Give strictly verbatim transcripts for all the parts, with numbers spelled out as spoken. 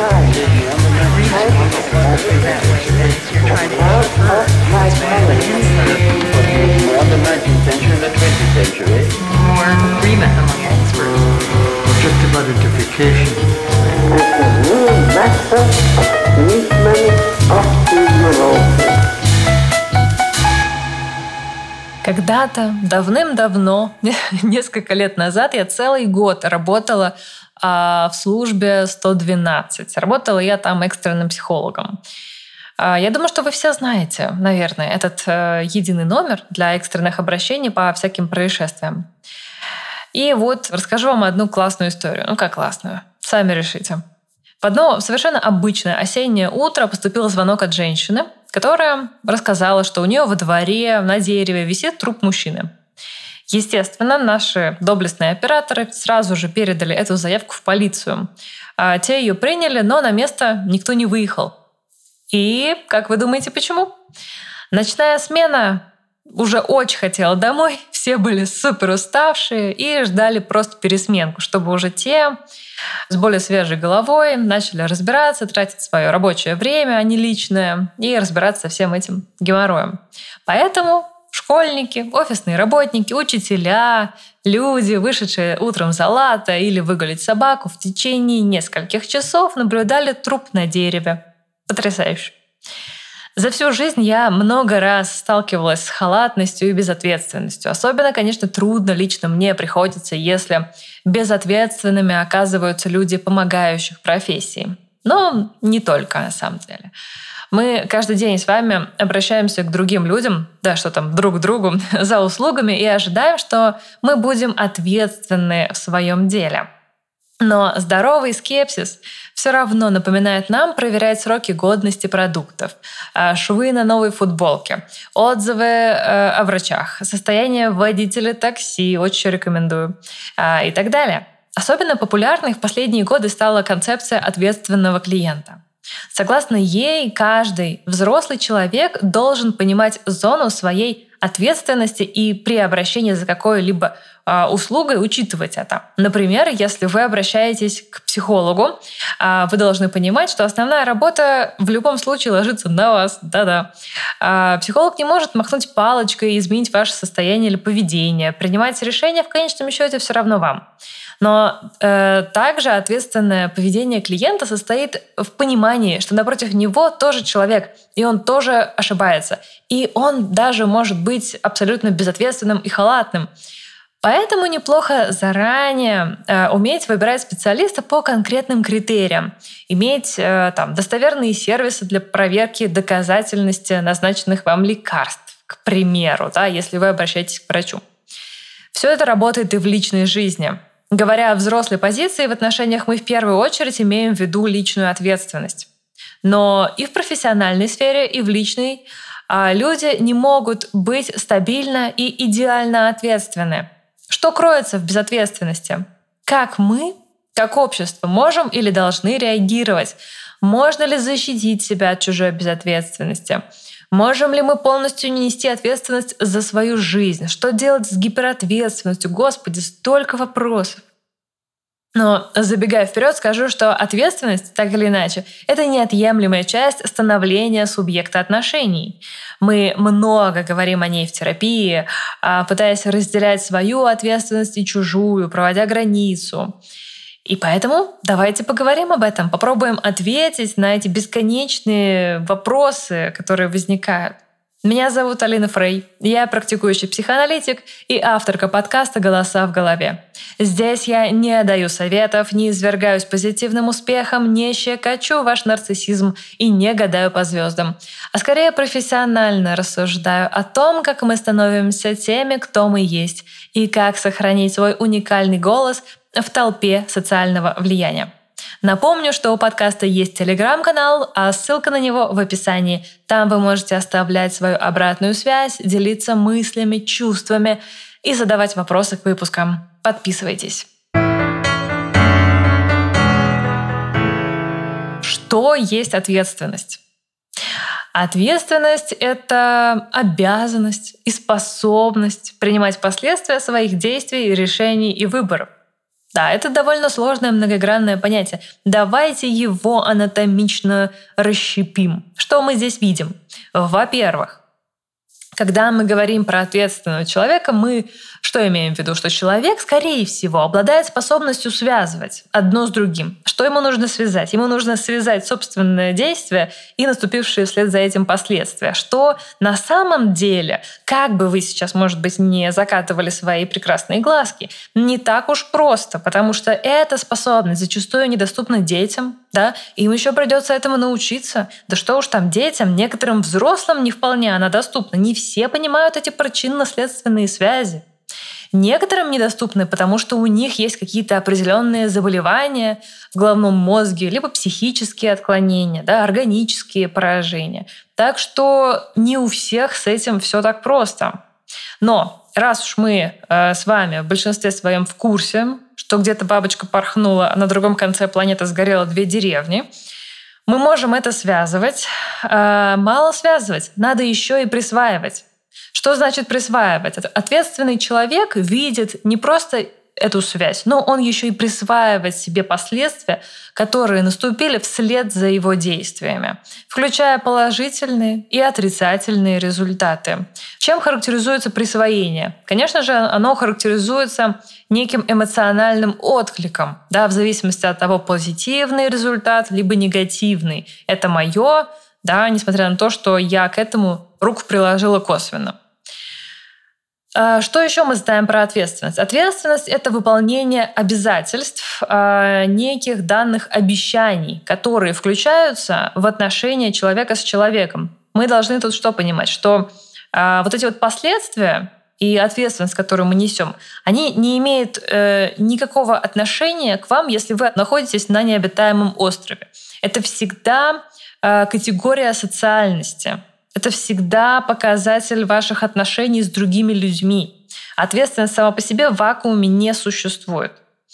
agreement with it working that way, that you're trying to avert what's going on inside. More the nineteenth century and the twentieth century. More agreement among experts. Objective identification. As a new matter of treatment of the neurosis. Когда-то, давным-давно, несколько лет назад, я целый год работала а, в службе сто двенадцать. Работала я там экстренным психологом. А, я думаю, что вы все знаете, наверное, этот а, единый номер для экстренных обращений по всяким происшествиям. И вот расскажу вам одну классную историю. Ну, как классную? Сами решите. В одно совершенно обычное осеннее утро поступил звонок от женщины, которая рассказала, что у нее во дворе на дереве висит труп мужчины. Естественно, наши доблестные операторы сразу же передали эту заявку в полицию. А те ее приняли, но на место никто не выехал. И как вы думаете, почему? Ночная смена уже очень хотела домой, все были супер уставшие и ждали просто пересменку, чтобы уже те с более свежей головой начали разбираться, тратить свое рабочее время, а не личное, и разбираться со всем этим геморроем. Поэтому школьники, офисные работники, учителя, люди, вышедшие утром за латте или выгулять собаку, в течение нескольких часов наблюдали труп на дереве. Потрясающе. За всю жизнь я много раз сталкивалась с халатностью и безответственностью. Особенно, конечно, трудно лично мне приходится, если безответственными оказываются люди помогающих профессий. Но не только, на самом деле. Мы каждый день с вами обращаемся к другим людям, да что там, друг к другу, за услугами и ожидаем, что мы будем ответственны в своем деле. Но здоровый скепсис все равно напоминает нам проверять сроки годности продуктов, швы на новой футболке, отзывы о врачах, состояние водителя такси, очень рекомендую, и так далее. Особенно популярной в последние годы стала концепция ответственного клиента. Согласно ей, каждый взрослый человек должен понимать зону своей ответственности и при обращении за какой-либо э, услугой учитывать это. Например, если вы обращаетесь к психологу, э, вы должны понимать, что основная работа в любом случае ложится на вас. Да-да. Э, психолог не может махнуть палочкой и изменить ваше состояние или поведение. Принимать решения в конечном счете все равно вам. Но э, также ответственное поведение клиента состоит в понимании, что напротив него тоже человек, и он тоже ошибается. И он даже может быть абсолютно безответственным и халатным. Поэтому неплохо заранее э, уметь выбирать специалиста по конкретным критериям, иметь э, там, достоверные сервисы для проверки доказательности назначенных вам лекарств, к примеру, да, если вы обращаетесь к врачу. Все это работает и в личной жизни. Говоря о взрослой позиции в отношениях, мы в первую очередь имеем в виду личную ответственность. Но и в профессиональной сфере, и в личной люди не могут быть стабильно и идеально ответственны. Что кроется в безответственности? Как мы, как общество, можем или должны реагировать? Можно ли защитить себя от чужой безответственности? Можем ли мы полностью не нести ответственность за свою жизнь? Что делать с гиперответственностью? Господи, столько вопросов. Но, забегая вперед, скажу, что ответственность, так или иначе, это неотъемлемая часть становления субъекта отношений. Мы много говорим о ней в терапии, пытаясь разделять свою ответственность и чужую, проводя границу. И поэтому давайте поговорим об этом, попробуем ответить на эти бесконечные вопросы, которые возникают. Меня зовут Алина Фрей, я практикующий психоаналитик и авторка подкаста «Голоса в голове». Здесь я не даю советов, не извергаюсь позитивным успехом, не щекочу ваш нарциссизм и не гадаю по звездам, а скорее профессионально рассуждаю о том, как мы становимся теми, кто мы есть, и как сохранить свой уникальный голос в толпе социального влияния. Напомню, что у подкаста есть телеграм-канал, а ссылка на него в описании. Там вы можете оставлять свою обратную связь, делиться мыслями, чувствами и задавать вопросы к выпускам. Подписывайтесь. Что есть ответственность? Ответственность — это обязанность и способность принимать последствия своих действий, решений и выборов. Да, это довольно сложное многогранное понятие. Давайте его анатомично расщепим. Что мы здесь видим? Во-первых, когда мы говорим про ответственного человека, мы что имеем в виду? Что человек, скорее всего, обладает способностью связывать одно с другим. Что ему нужно связать? Ему нужно связать собственное действие и наступившие вслед за этим последствия. Что на самом деле, как бы вы сейчас, может быть, не закатывали свои прекрасные глазки, не так уж просто, потому что эта способность зачастую недоступна детям, да, им еще придется этому научиться. Да что уж там детям, некоторым взрослым не вполне она доступна. Не все понимают эти причинно-следственные связи. Некоторым недоступны, потому что у них есть какие-то определенные заболевания в головном мозге, либо психические отклонения, да, органические поражения. Так что не у всех с этим все так просто. Но раз уж мы э, с вами в большинстве своем в курсе, что где-то бабочка порхнула, а на другом конце планеты сгорело две деревни, мы можем это связывать. Э, мало связывать, надо еще и присваивать. Что значит присваивать? Ответственный человек видит не просто эту связь, но он еще и присваивает себе последствия, которые наступили вслед за его действиями, включая положительные и отрицательные результаты. Чем характеризуется присвоение? Конечно же, оно характеризуется неким эмоциональным откликом, да, в зависимости от того, позитивный результат либо негативный. Это мое, да, несмотря на то, что я к этому руку приложила косвенно. Что еще мы знаем про ответственность? Ответственность — это выполнение обязательств, неких данных обещаний, которые включаются в отношения человека с человеком. Мы должны тут что понимать? Что вот эти вот последствия и ответственность, которую мы несем, они не имеют никакого отношения к вам, если вы находитесь на необитаемом острове. Это всегда категория социальности. Это всегда показатель ваших отношений с другими людьми. Ответственность сама по себе в вакууме не существует.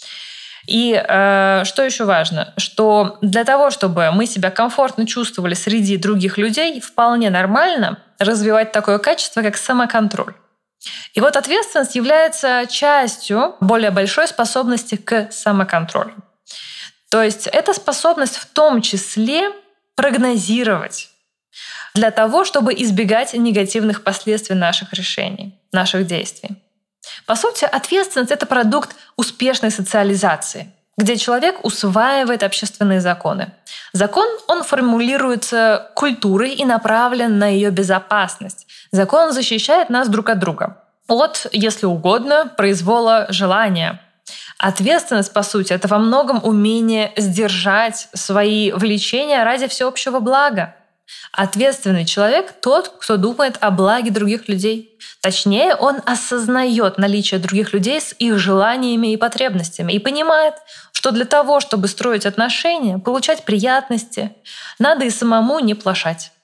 И э, что еще важно? Что для того, чтобы мы себя комфортно чувствовали среди других людей, вполне нормально развивать такое качество, как самоконтроль. И вот ответственность является частью более большой способности к самоконтролю. То есть это способность в том числе прогнозировать, для того, чтобы избегать негативных последствий наших решений, наших действий. По сути, ответственность — это продукт успешной социализации, где человек усваивает общественные законы. Закон, он формулируется культурой и направлен на ее безопасность. Закон защищает нас друг от друга от, если угодно, произвола желания. Ответственность, по сути, это во многом умение сдержать свои влечения ради всеобщего блага. Ответственный человек — тот, кто думает о благе других людей. Точнее, он осознает наличие других людей с их желаниями и потребностями и понимает, что для того, чтобы строить отношения, получать приятности, надо и самому не плашать.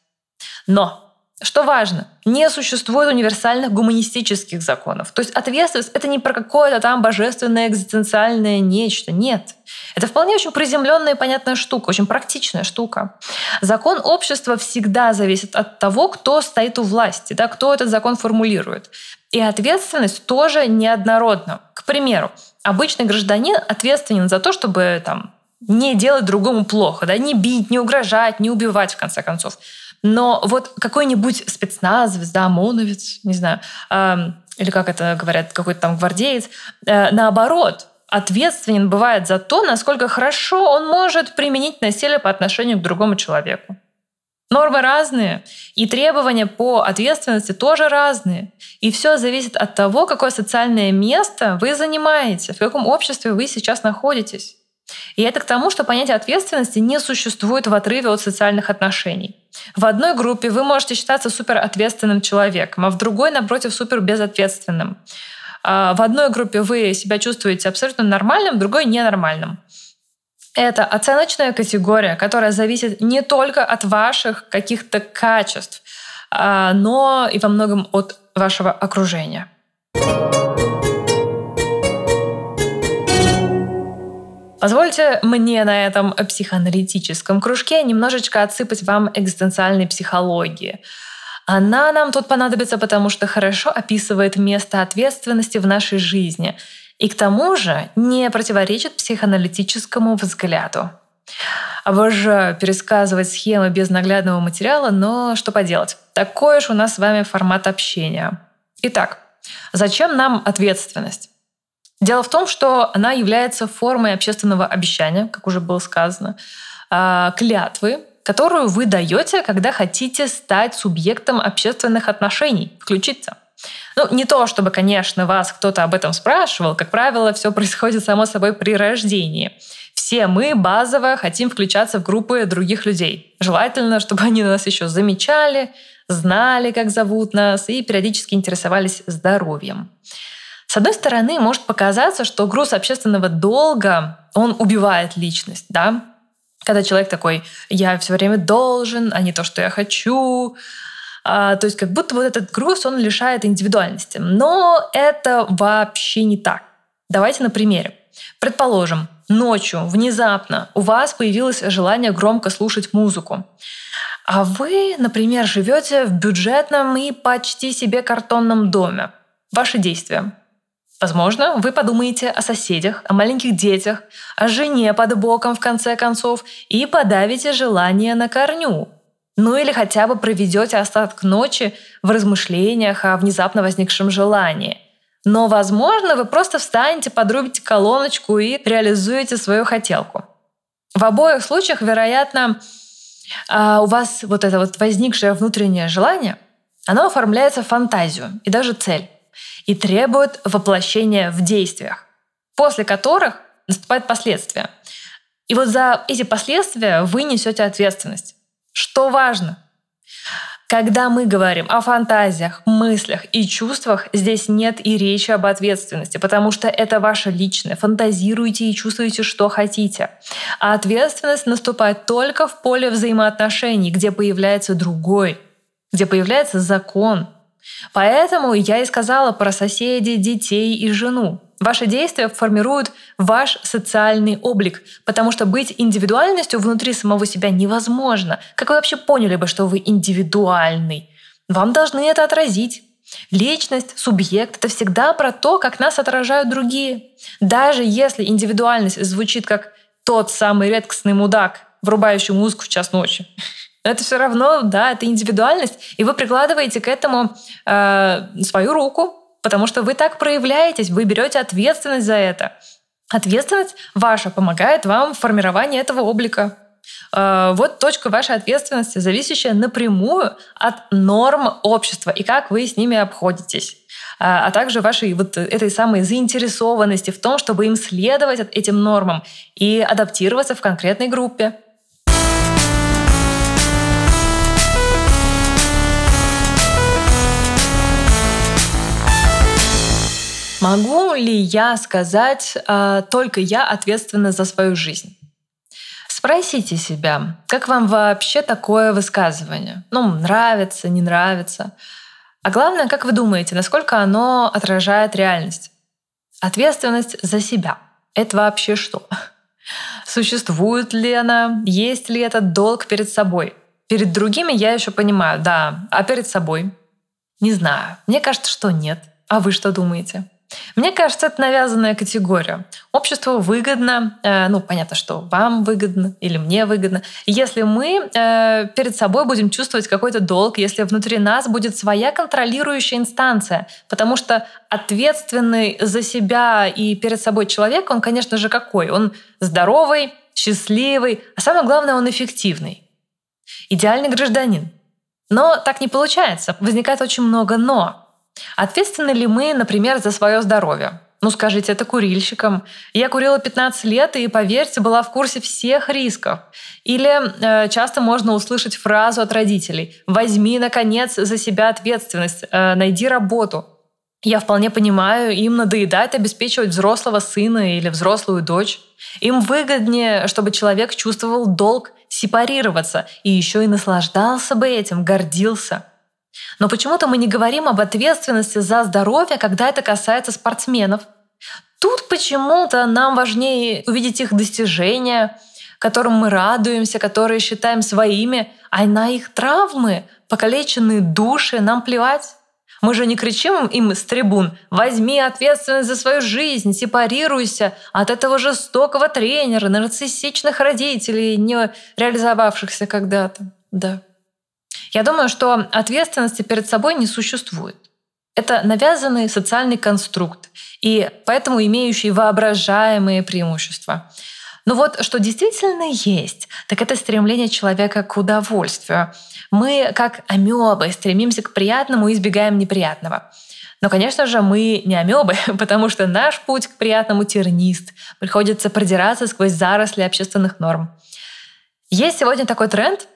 Но, что важно, не существует универсальных гуманистических законов. То есть ответственность — это не про какое-то там божественное экзистенциальное нечто. Нет. Это вполне очень приземленная и понятная штука, очень практичная штука. Закон общества всегда зависит от того, кто стоит у власти, да, кто этот закон формулирует. И ответственность тоже неоднородна. К примеру, обычный гражданин ответственен за то, чтобы там, не делать другому плохо, да, не бить, не угрожать, не убивать, в конце концов. Но вот какой-нибудь спецназовец, да, ОМОНовец, не знаю, э, или как это говорят, какой-то там гвардеец, э, наоборот, ответственен бывает за то, насколько хорошо он может применить насилие по отношению к другому человеку. Нормы разные, и требования по ответственности тоже разные. И все зависит от того, какое социальное место вы занимаете, в каком обществе вы сейчас находитесь. И это к тому, что понятие ответственности не существует в отрыве от социальных отношений. В одной группе вы можете считаться суперответственным человеком, а в другой, напротив, супербезответственным. В одной группе вы себя чувствуете абсолютно нормальным, в другой — ненормальным. Это оценочная категория, которая зависит не только от ваших каких-то качеств, но и во многом от вашего окружения. Позвольте мне на этом психоаналитическом кружке немножечко отсыпать вам экзистенциальной психологии. Она нам тут понадобится, потому что хорошо описывает место ответственности в нашей жизни. И к тому же не противоречит психоаналитическому взгляду. Обожаю пересказывать схемы без наглядного материала, но что поделать. Такой уж у нас с вами формат общения. Итак, зачем нам ответственность? Дело в том, что она является формой общественного обещания, как уже было сказано, клятвы, которую вы даете, когда хотите стать субъектом общественных отношений, включиться. Ну, не то, чтобы, конечно, вас кто-то об этом спрашивал. Как правило, все происходит само собой при рождении. Все мы базово хотим включаться в группы других людей. Желательно, чтобы они нас еще замечали, знали, как зовут нас, и периодически интересовались здоровьем. С одной стороны, может показаться, что груз общественного долга, он убивает личность, да? Когда человек такой: я все время должен, а не то, что я хочу. А, то есть как будто вот этот груз, он лишает индивидуальности. Но это вообще не так. Давайте на примере. Предположим, ночью внезапно у вас появилось желание громко слушать музыку. А вы, например, живете в бюджетном и почти себе картонном доме. Ваши действия. Возможно, вы подумаете о соседях, о маленьких детях, о жене под боком, в конце концов, и подавите желание на корню. Ну или хотя бы проведете остаток ночи в размышлениях о внезапно возникшем желании. Но, возможно, вы просто встанете, подрубите колоночку и реализуете свою хотелку. В обоих случаях, вероятно, у вас вот это вот возникшее внутреннее желание, оно оформляется в фантазию и даже цель, и требует воплощения в действиях, после которых наступают последствия. И вот за эти последствия вы несете ответственность. Что важно? Когда мы говорим о фантазиях, мыслях и чувствах, здесь нет и речи об ответственности, потому что это ваше личное. Фантазируйте и чувствуйте, что хотите. А ответственность наступает только в поле взаимоотношений, где появляется другой, где появляется закон. Поэтому я и сказала про соседей, детей и жену. Ваши действия формируют ваш социальный облик, потому что быть индивидуальностью внутри самого себя невозможно. Как вы вообще поняли бы, что вы индивидуальный? Вам должны это отразить. Личность, субъект — это всегда про то, как нас отражают другие. Даже если индивидуальность звучит как тот самый редкостный мудак, врубающий музыку в час ночи, это все равно, да, это индивидуальность, и вы прикладываете к этому э, свою руку, потому что вы так проявляетесь, вы берете ответственность за это. Ответственность ваша помогает вам в формировании этого облика. Э, вот точка вашей ответственности, зависящая напрямую от норм общества и как вы с ними обходитесь. Э, а также вашей вот этой самой заинтересованности в том, чтобы им следовать этим нормам и адаптироваться в конкретной группе. Могу ли я сказать, э, только я ответственна за свою жизнь? Спросите себя, как вам вообще такое высказывание? Ну, нравится, не нравится. А главное, как вы думаете, насколько оно отражает реальность? Ответственность за себя — это вообще что? Существует ли она? Есть ли этот долг перед собой? Перед другими я еще понимаю, да. А перед собой? Не знаю. Мне кажется, что нет. А вы что думаете? Мне кажется, это навязанная категория. Обществу выгодно, э, ну, понятно, что вам выгодно или мне выгодно, если мы э, перед собой будем чувствовать какой-то долг, если внутри нас будет своя контролирующая инстанция. Потому что ответственный за себя и перед собой человек, он, конечно же, какой? Он здоровый, счастливый, а самое главное, он эффективный. Идеальный гражданин. Но так не получается. Возникает очень много «но». Ответственны ли мы, например, за свое здоровье? Ну, скажите это курильщикам. Я курила пятнадцать лет и, поверьте, была в курсе всех рисков. Или э, часто можно услышать фразу от родителей: «Возьми, наконец, за себя ответственность, э, найди работу». Я вполне понимаю, им надоедает обеспечивать взрослого сына или взрослую дочь. Им выгоднее, чтобы человек чувствовал долг сепарироваться и еще и наслаждался бы этим, гордился. Но почему-то мы не говорим об ответственности за здоровье, когда это касается спортсменов. Тут почему-то нам важнее увидеть их достижения, которым мы радуемся, которые считаем своими, а на их травмы, покалеченные души нам плевать. Мы же не кричим им с трибун: «Возьми ответственность за свою жизнь, сепарируйся от этого жестокого тренера, нарциссичных родителей, не реализовавшихся когда-то». Да. Я думаю, что ответственности перед собой не существует. Это навязанный социальный конструкт, и поэтому имеющий воображаемые преимущества. Но вот что действительно есть, так это стремление человека к удовольствию. Мы, как амебы, стремимся к приятному и избегаем неприятного. Но, конечно же, мы не амебы, потому что наш путь к приятному тернист. Приходится продираться сквозь заросли общественных норм. Есть сегодня такой тренд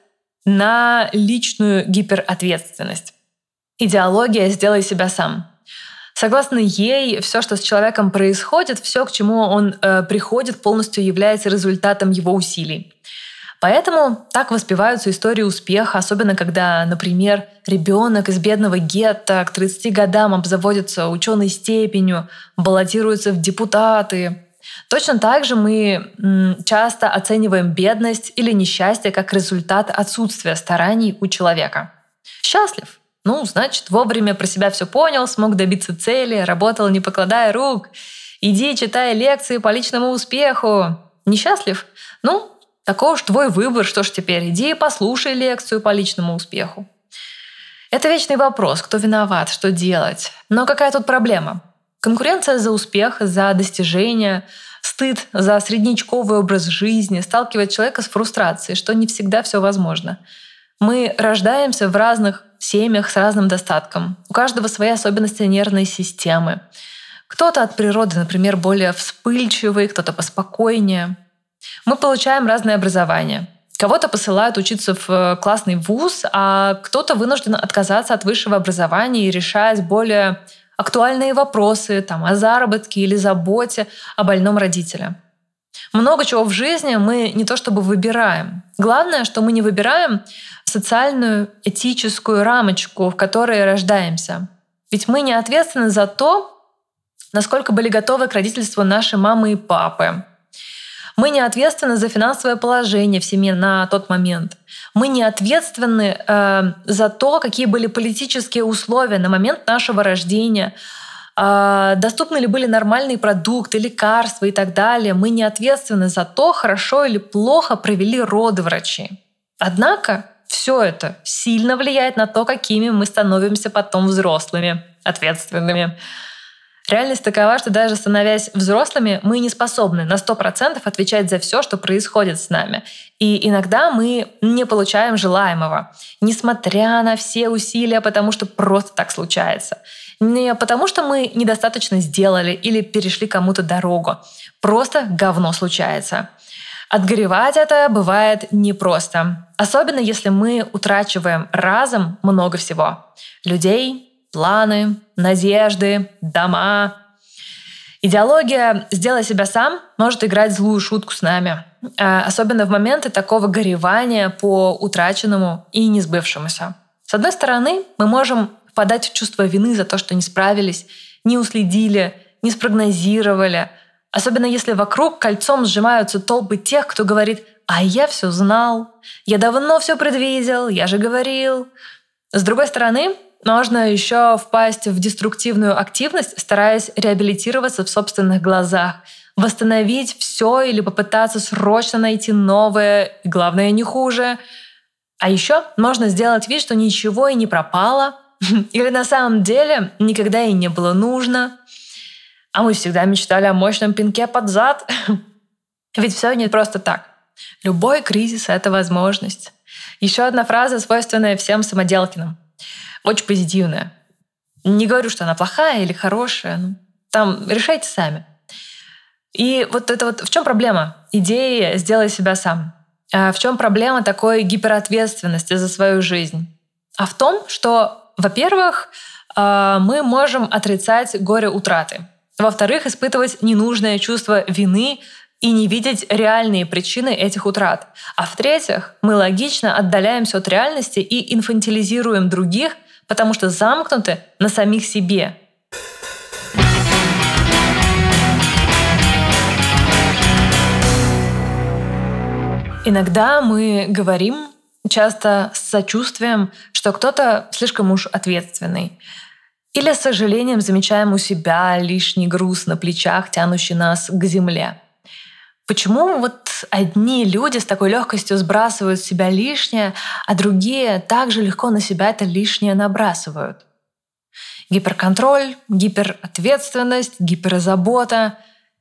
на личную гиперответственность. Идеология «сделай себя сам». Согласно ей, все, что с человеком происходит, все, к чему он э, приходит, полностью является результатом его усилий. Поэтому так воспеваются истории успеха, особенно когда, например, ребенок из бедного гетто к тридцати годам обзаводится ученой степенью, баллотируется в депутаты. Точно так же мы м, часто оцениваем бедность или несчастье как результат отсутствия стараний у человека. Счастлив? Ну, значит, вовремя про себя все понял, смог добиться цели, работал, не покладая рук. Иди, читай лекции по личному успеху. Несчастлив? Ну, такой уж твой выбор, что ж теперь, иди и послушай лекцию по личному успеху. Это вечный вопрос, кто виноват, что делать. Но какая тут проблема? Конкуренция за успех, за достижения, стыд за среднячковый образ жизни сталкивает человека с фрустрацией, что не всегда все возможно. Мы рождаемся в разных семьях с разным достатком. У каждого свои особенности нервной системы. Кто-то от природы, например, более вспыльчивый, кто-то поспокойнее. Мы получаем разное образование. Кого-то посылают учиться в классный вуз, а кто-то вынужден отказаться от высшего образования и решать более актуальные вопросы там, о заработке или заботе о больном родителе. Много чего в жизни мы не то чтобы выбираем. Главное, что мы не выбираем социальную, этическую рамочку, в которой рождаемся. Ведь мы не ответственны за то, насколько были готовы к родительству наши мамы и папы. Мы не ответственны за финансовое положение в семье на тот момент. Мы не ответственны э, за то, какие были политические условия на момент нашего рождения, э, доступны ли были нормальные продукты, лекарства и так далее. Мы не ответственны за то, хорошо или плохо провели роды врачи. Однако все это сильно влияет на то, какими мы становимся потом взрослыми, ответственными. Реальность такова, что даже становясь взрослыми, мы не способны на сто процентов отвечать за все, что происходит с нами. И иногда мы не получаем желаемого, несмотря на все усилия, потому что просто так случается. Не потому что мы недостаточно сделали или перешли кому-то дорогу. Просто говно случается. Отгоревать это бывает непросто. Особенно если мы утрачиваем разом много всего. Людей, планы, надежды, дома. Идеология «сделай себя сам» может играть злую шутку с нами. Особенно в моменты такого горевания по утраченному и несбывшемуся. С одной стороны, мы можем впадать в чувство вины за то, что не справились, не уследили, не спрогнозировали. Особенно если вокруг кольцом сжимаются толпы тех, кто говорит: «А я все знал, я давно все предвидел, я же говорил». С другой стороны, можно еще впасть в деструктивную активность, стараясь реабилитироваться в собственных глазах, восстановить все или попытаться срочно найти новое, и, главное, не хуже. А еще можно сделать вид, что ничего и не пропало, или на самом деле никогда и не было нужно. А мы всегда мечтали о мощном пинке под зад. Ведь все не просто так. Любой кризис — это возможность. Еще одна фраза, свойственная всем самоделкиным. Очень позитивная. Не говорю, что она плохая или хорошая. Ну, там решайте сами. И вот это вот в чем проблема идеи «сделай себя сам»? А в чем проблема такой гиперответственности за свою жизнь? А в том, что, во-первых, мы можем отрицать горе утраты. Во-вторых, испытывать ненужное чувство вины и не видеть реальные причины этих утрат. А в-третьих, мы логично отдаляемся от реальности и инфантилизируем других, потому что замкнуты на самих себе. Иногда мы говорим, часто с сочувствием, что кто-то слишком уж ответственный. Или с сожалением замечаем у себя лишний груз на плечах, тянущий нас к земле. Почему вот одни люди с такой легкостью сбрасывают с себя лишнее, а другие также легко на себя это лишнее набрасывают? Гиперконтроль, гиперответственность, гиперзабота.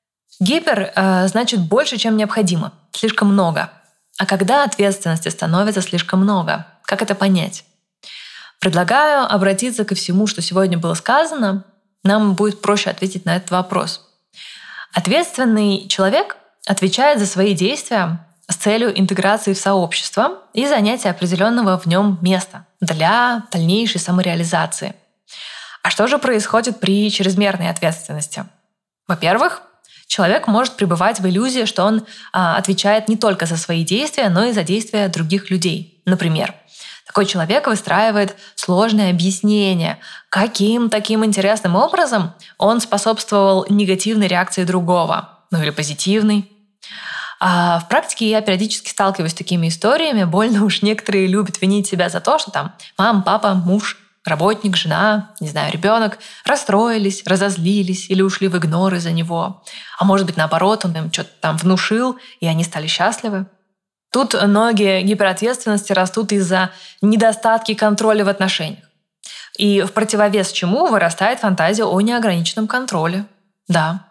Гипер э, значит больше, чем необходимо, слишком много. А когда ответственности становится слишком много, как это понять? Предлагаю обратиться ко всему, что сегодня было сказано. Нам будет проще ответить на этот вопрос. Ответственный человек отвечает за свои действия с целью интеграции в сообщество и занятия определенного в нем места для дальнейшей самореализации. А что же происходит при чрезмерной ответственности? Во-первых, человек может пребывать в иллюзии, что он а, отвечает не только за свои действия, но и за действия других людей. Например, такой человек выстраивает сложные объяснения, каким таким интересным образом он способствовал негативной реакции другого, ну или позитивной. А в практике я периодически сталкиваюсь с такими историями. Больно уж некоторые любят винить себя за то, что там мама, папа, муж, работник, жена, не знаю, ребенок расстроились, разозлились или ушли в игнор из-за него. А может быть, наоборот, он им что-то там внушил, и они стали счастливы. Тут ноги гиперответственности растут из-за недостатки контроля в отношениях. И в противовес чему вырастает фантазия о неограниченном контроле. Да.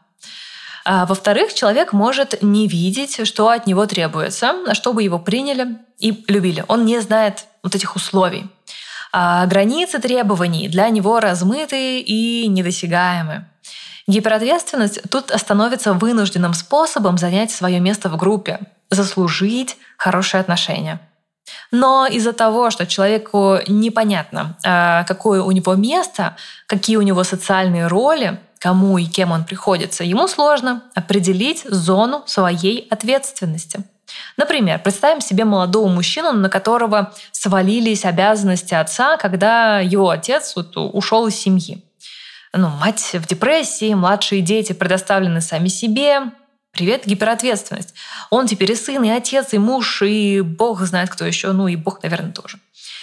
А во-вторых, человек может не видеть, что от него требуется, чтобы его приняли и любили. Он не знает вот этих условий. А границы требований для него размыты и недосягаемы. Гиперответственность тут становится вынужденным способом занять свое место в группе, заслужить хорошие отношения. Но из-за того, что человеку непонятно, какое у него место, какие у него социальные роли, кому и кем он приходится, ему сложно определить зону своей ответственности. Например, представим себе молодого мужчину, на которого свалились обязанности отца, когда его отец вот ушел из семьи. Ну, мать в депрессии, младшие дети предоставлены сами себе. Привет, гиперответственность. Он теперь и сын, и отец, и муж, и бог знает кто еще, ну и бог, наверное, тоже.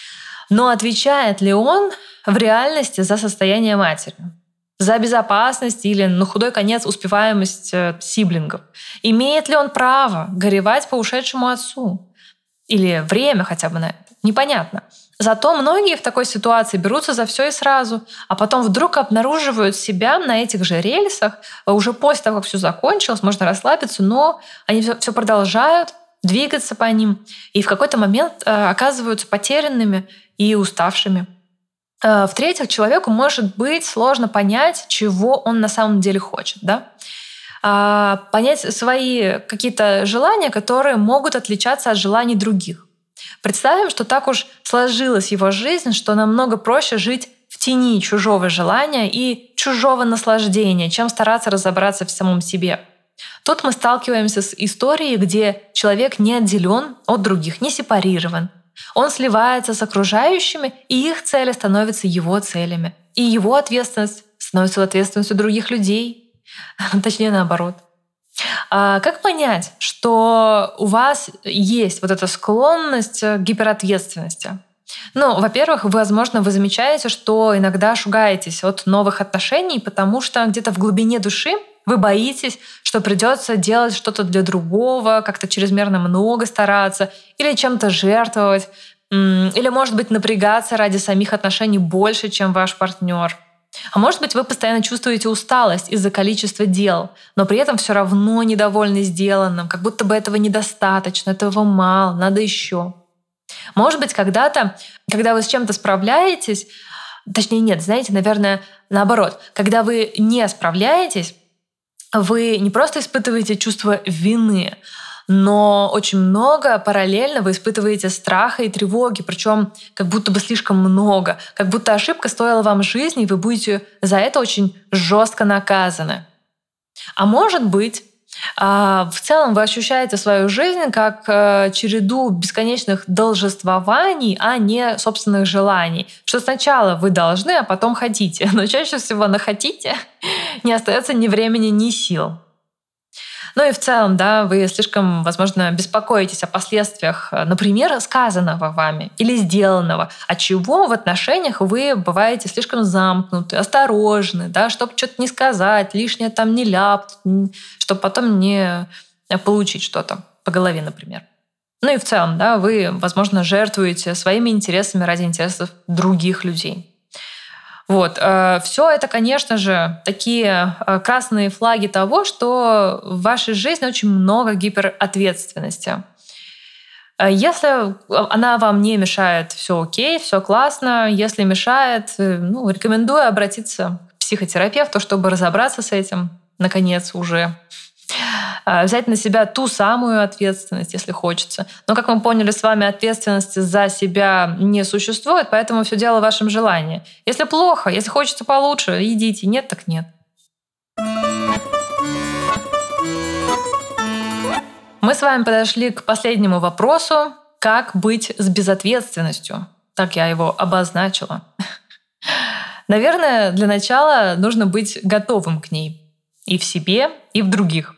Но отвечает ли он в реальности за состояние матери? За безопасность или, на худой конец, успеваемость сиблингов? Имеет ли он право горевать по ушедшему отцу? Или время хотя бы на это? Непонятно. Зато многие в такой ситуации берутся за все и сразу, а потом вдруг обнаруживают себя на этих же рельсах, уже после того, как все закончилось, можно расслабиться, но они все продолжают двигаться по ним и в какой-то момент оказываются потерянными и уставшими. В-третьих, человеку может быть сложно понять, чего он на самом деле хочет. Да? Понять свои какие-то желания, которые могут отличаться от желаний других. Представим, что так уж сложилась его жизнь, что намного проще жить в тени чужого желания и чужого наслаждения, чем стараться разобраться в самом себе. Тут мы сталкиваемся с историей, где человек не отделен от других, не сепарирован. Он сливается с окружающими, и их цели становятся его целями. И его ответственность становится ответственностью других людей. Точнее, наоборот. А как понять, что у вас есть вот эта склонность к гиперответственности? Ну, во-первых, возможно, вы замечаете, что иногда шугаетесь от новых отношений, потому что где-то в глубине души вы боитесь, что придется делать что-то для другого, как-то чрезмерно много стараться или чем-то жертвовать, или, может быть, напрягаться ради самих отношений больше, чем ваш партнер. А может быть, вы постоянно чувствуете усталость из-за количества дел, но при этом все равно недовольны сделанным, как будто бы этого недостаточно, этого мало, надо еще. Может быть, когда-то, когда вы с чем-то справляетесь, точнее нет, знаете, наверное, наоборот, когда вы не справляетесь, вы не просто испытываете чувство вины, но очень много параллельно вы испытываете страха и тревоги, причем как будто бы слишком много, как будто ошибка стоила вам жизни, и вы будете за это очень жестко наказаны. А может быть, в целом вы ощущаете свою жизнь как череду бесконечных должествований, а не собственных желаний. Что сначала вы должны, а потом хотите. Но чаще всего на хотите не остается ни времени, ни сил. Ну и в целом, да, вы слишком, возможно, беспокоитесь о последствиях, например, сказанного вами или сделанного, от чего в отношениях вы бываете слишком замкнуты, осторожны, да, чтобы что-то не сказать, лишнее там не ляпнуть, чтобы потом не получить что-то по голове, например. Ну и в целом, да, вы, возможно, жертвуете своими интересами ради интересов других людей. Вот. Все это, конечно же, такие красные флаги того, что в вашей жизни очень много гиперответственности. Если она вам не мешает, все окей, все классно. Если мешает, ну, рекомендую обратиться к психотерапевту, чтобы разобраться с этим, наконец, уже. Взять на себя ту самую ответственность, если хочется. Но, как мы поняли с вами, ответственности за себя не существует, поэтому все дело в вашем желании. Если плохо, если хочется получше, идите. Нет, так нет. Мы с вами подошли к последнему вопросу. Как быть с безответственностью? Так я его обозначила. Наверное, для начала нужно быть готовым к ней. И в себе, и в других.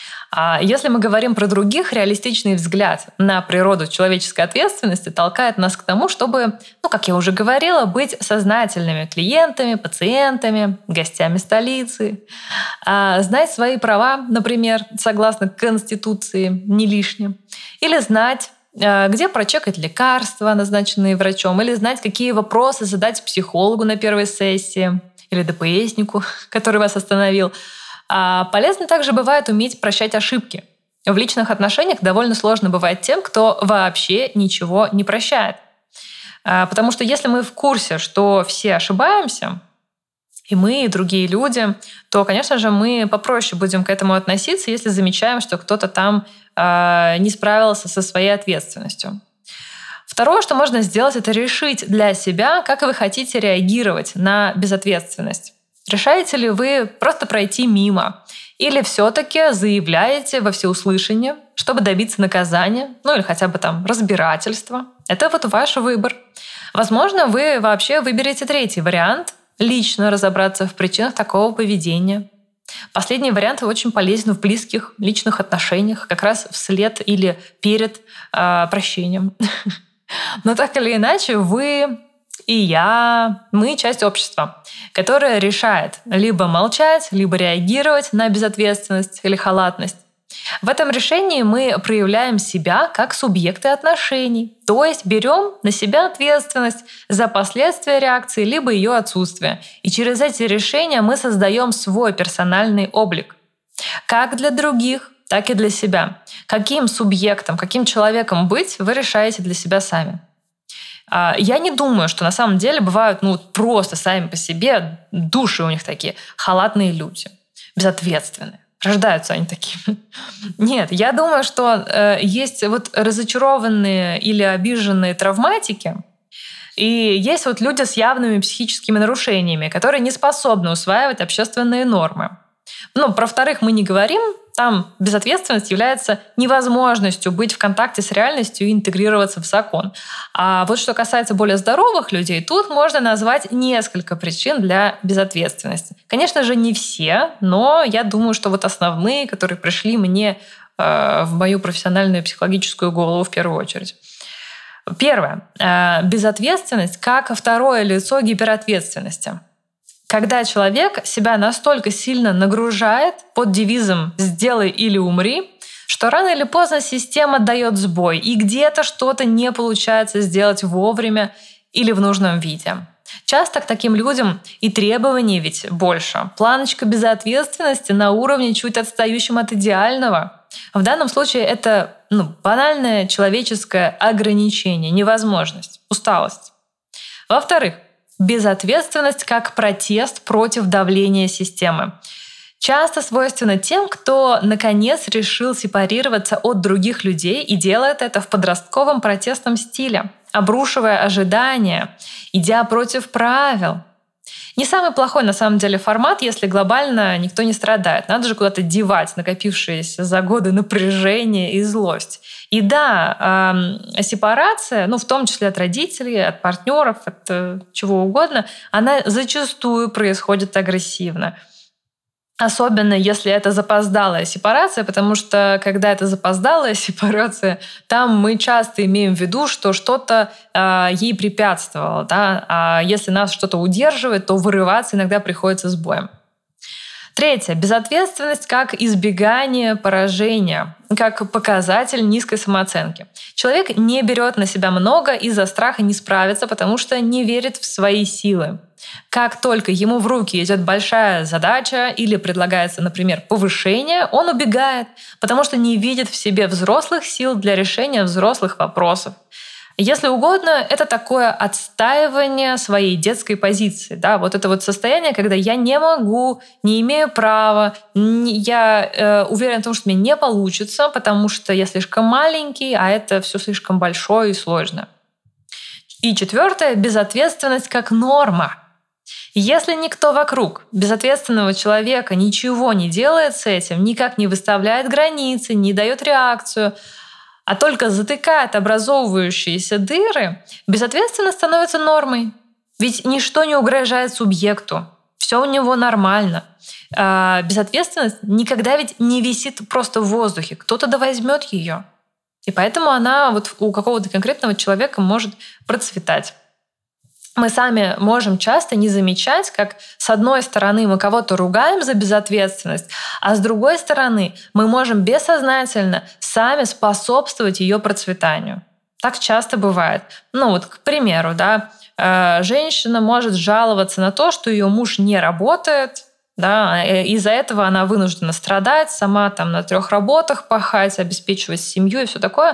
А если мы говорим про других, реалистичный взгляд на природу человеческой ответственности толкает нас к тому, чтобы, ну, как я уже говорила, быть сознательными клиентами, пациентами, гостями столицы, а знать свои права, например, согласно Конституции, не лишним, или знать, где прочекать лекарства, назначенные врачом, или знать, какие вопросы задать психологу на первой сессии, или ДПСнику, который вас остановил. А полезно также бывает уметь прощать ошибки. В личных отношениях довольно сложно бывает тем, кто вообще ничего не прощает. Потому что если мы в курсе, что все ошибаемся, и мы, и другие люди, то, конечно же, мы попроще будем к этому относиться, если замечаем, что кто-то там не справился со своей ответственностью. Второе, что можно сделать, это решить для себя, как вы хотите реагировать на безответственность. Решаете ли вы просто пройти мимо? Или все-таки заявляете во всеуслышание, чтобы добиться наказания, ну или хотя бы там разбирательства? Это вот ваш выбор. Возможно, вы вообще выберете третий вариант – лично разобраться в причинах такого поведения. Последний вариант очень полезен в близких личных отношениях, как раз вслед или перед э, прощением. Но так или иначе, вы и я, мы часть общества, которое решает либо молчать, либо реагировать на безответственность или халатность. В этом решении мы проявляем себя как субъекты отношений, то есть берем на себя ответственность за последствия реакции либо ее отсутствие. И через эти решения мы создаем свой персональный облик. Как для других, так и для себя. Каким субъектом, каким человеком быть, вы решаете для себя сами. Я не думаю, что на самом деле бывают ну, просто сами по себе души у них такие, халатные люди, безответственные. Рождаются они такими. Нет, я думаю, что э, есть вот разочарованные или обиженные травматики, и есть вот люди с явными психическими нарушениями, которые не способны усваивать общественные нормы. Ну, про вторых мы не говорим. Там безответственность является невозможностью быть в контакте с реальностью и интегрироваться в закон. А вот что касается более здоровых людей, тут можно назвать несколько причин для безответственности. Конечно же, не все, но я думаю, что вот основные, которые пришли мне э, в мою профессиональную психологическую голову в первую очередь. Первое. Э, безответственность как второе лицо гиперответственности. Когда человек себя настолько сильно нагружает под девизом «сделай или умри», что рано или поздно система дает сбой, и где-то что-то не получается сделать вовремя или в нужном виде. Часто к таким людям и требований ведь больше. Планочка безответственности на уровне чуть отстающем от идеального. В данном случае это ну, банальное человеческое ограничение, невозможность, усталость. Во-вторых, безответственность как протест против давления системы. Часто свойственно тем, кто, наконец, решил сепарироваться от других людей и делает это в подростковом протестном стиле, обрушивая ожидания, идя против правил. Не самый плохой, на самом деле, формат, если глобально никто не страдает. Надо же куда-то девать накопившиеся за годы напряжение и злость. И да, э, сепарация, ну, в том числе от родителей, от партнеров, от э, чего угодно, она зачастую происходит агрессивно. Особенно если это запоздалая сепарация, потому что когда это запоздалая сепарация, там мы часто имеем в виду, что что-то э, ей препятствовало. Да? А если нас что-то удерживает, то вырываться иногда приходится с боем. Третье. Безответственность как избегание поражения, как показатель низкой самооценки. Человек не берет на себя много из-за страха не справиться, потому что не верит в свои силы. Как только ему в руки идет большая задача или предлагается, например, повышение, он убегает, потому что не видит в себе взрослых сил для решения взрослых вопросов. Если угодно, это такое отстаивание своей детской позиции. Да? Вот это вот состояние, когда я не могу, не имею права, я э, уверен в том, что мне не получится, потому что я слишком маленький, а это все слишком большое и сложно. И четвертое — безответственность как норма. Если никто вокруг безответственного человека ничего не делает с этим, никак не выставляет границы, не дает реакцию, а только затыкает образовывающиеся дыры, безответственность становится нормой. Ведь ничто не угрожает субъекту. Все у него нормально. А безответственность никогда ведь не висит просто в воздухе. Кто-то да возьмет ее. И поэтому она вот у какого-то конкретного человека может процветать. Мы сами можем часто не замечать, как с одной стороны мы кого-то ругаем за безответственность, а с другой стороны мы можем бессознательно сами способствовать ее процветанию. Так часто бывает. Ну вот, к примеру, да, женщина может жаловаться на то, что ее муж не работает, да, из-за этого она вынуждена страдать, сама там на трех работах пахать, обеспечивать семью и все такое.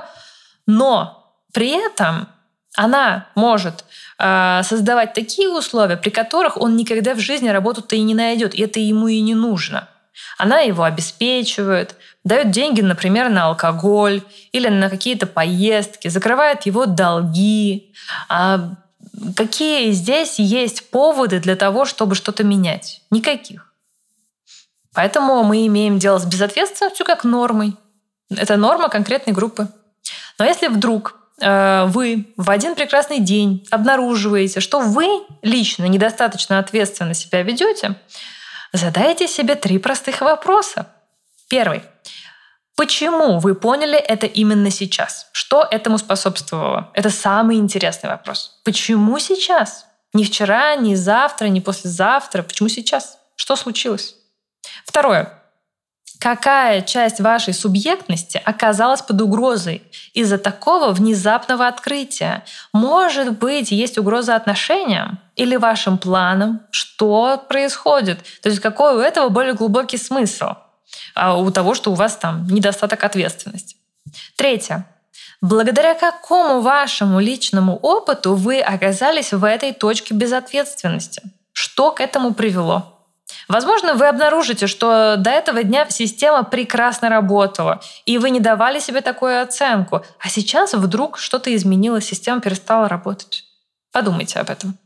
Но при этом она может э, создавать такие условия, при которых он никогда в жизни работу-то и не найдет, и это ему и не нужно. Она его обеспечивает, дает деньги, например, на алкоголь или на какие-то поездки, закрывает его долги. А какие здесь есть поводы для того, чтобы что-то менять? Никаких. Поэтому мы имеем дело с безответственностью как нормой. Это норма конкретной группы. Но если вдруг вы в один прекрасный день обнаруживаете, что вы лично недостаточно ответственно себя ведете, задайте себе три простых вопроса. Первый. Почему вы поняли это именно сейчас? Что этому способствовало? Это самый интересный вопрос. Почему сейчас? Не вчера, не завтра, не послезавтра. Почему сейчас? Что случилось? Второе. Какая часть вашей субъектности оказалась под угрозой из-за такого внезапного открытия? Может быть, есть угроза отношениям или вашим планам? Что происходит? То есть какой у этого более глубокий смысл? А у того, что у вас там недостаток ответственности. Третье. Благодаря какому вашему личному опыту вы оказались в этой точке безответственности? Что к этому привело? Возможно, вы обнаружите, что до этого дня система прекрасно работала, и вы не давали себе такую оценку, а сейчас вдруг что-то изменилось, система перестала работать. Подумайте об этом.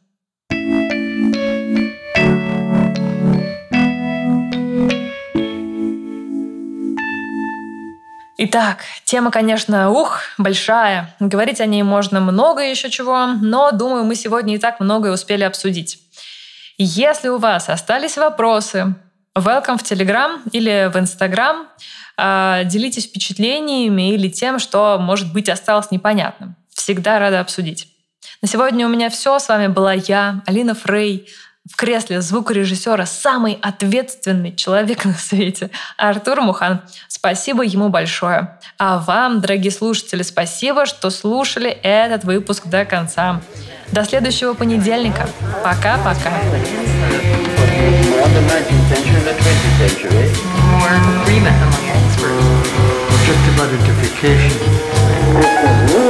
Итак, тема, конечно, ух, большая. Говорить о ней можно много еще чего, но, думаю, мы сегодня и так многое успели обсудить. Если у вас остались вопросы, welcome в Telegram или в Instagram, делитесь впечатлениями или тем, что, может быть, осталось непонятным. Всегда рада обсудить. На сегодня у меня все. С вами была я, Алина Фрей, в кресле звукорежиссера, самый ответственный человек на свете, Артур Мухан. Спасибо ему большое. А вам, дорогие слушатели, спасибо, что слушали этот выпуск до конца. До следующего понедельника. Пока-пока. More agreement among experts. Objective identification.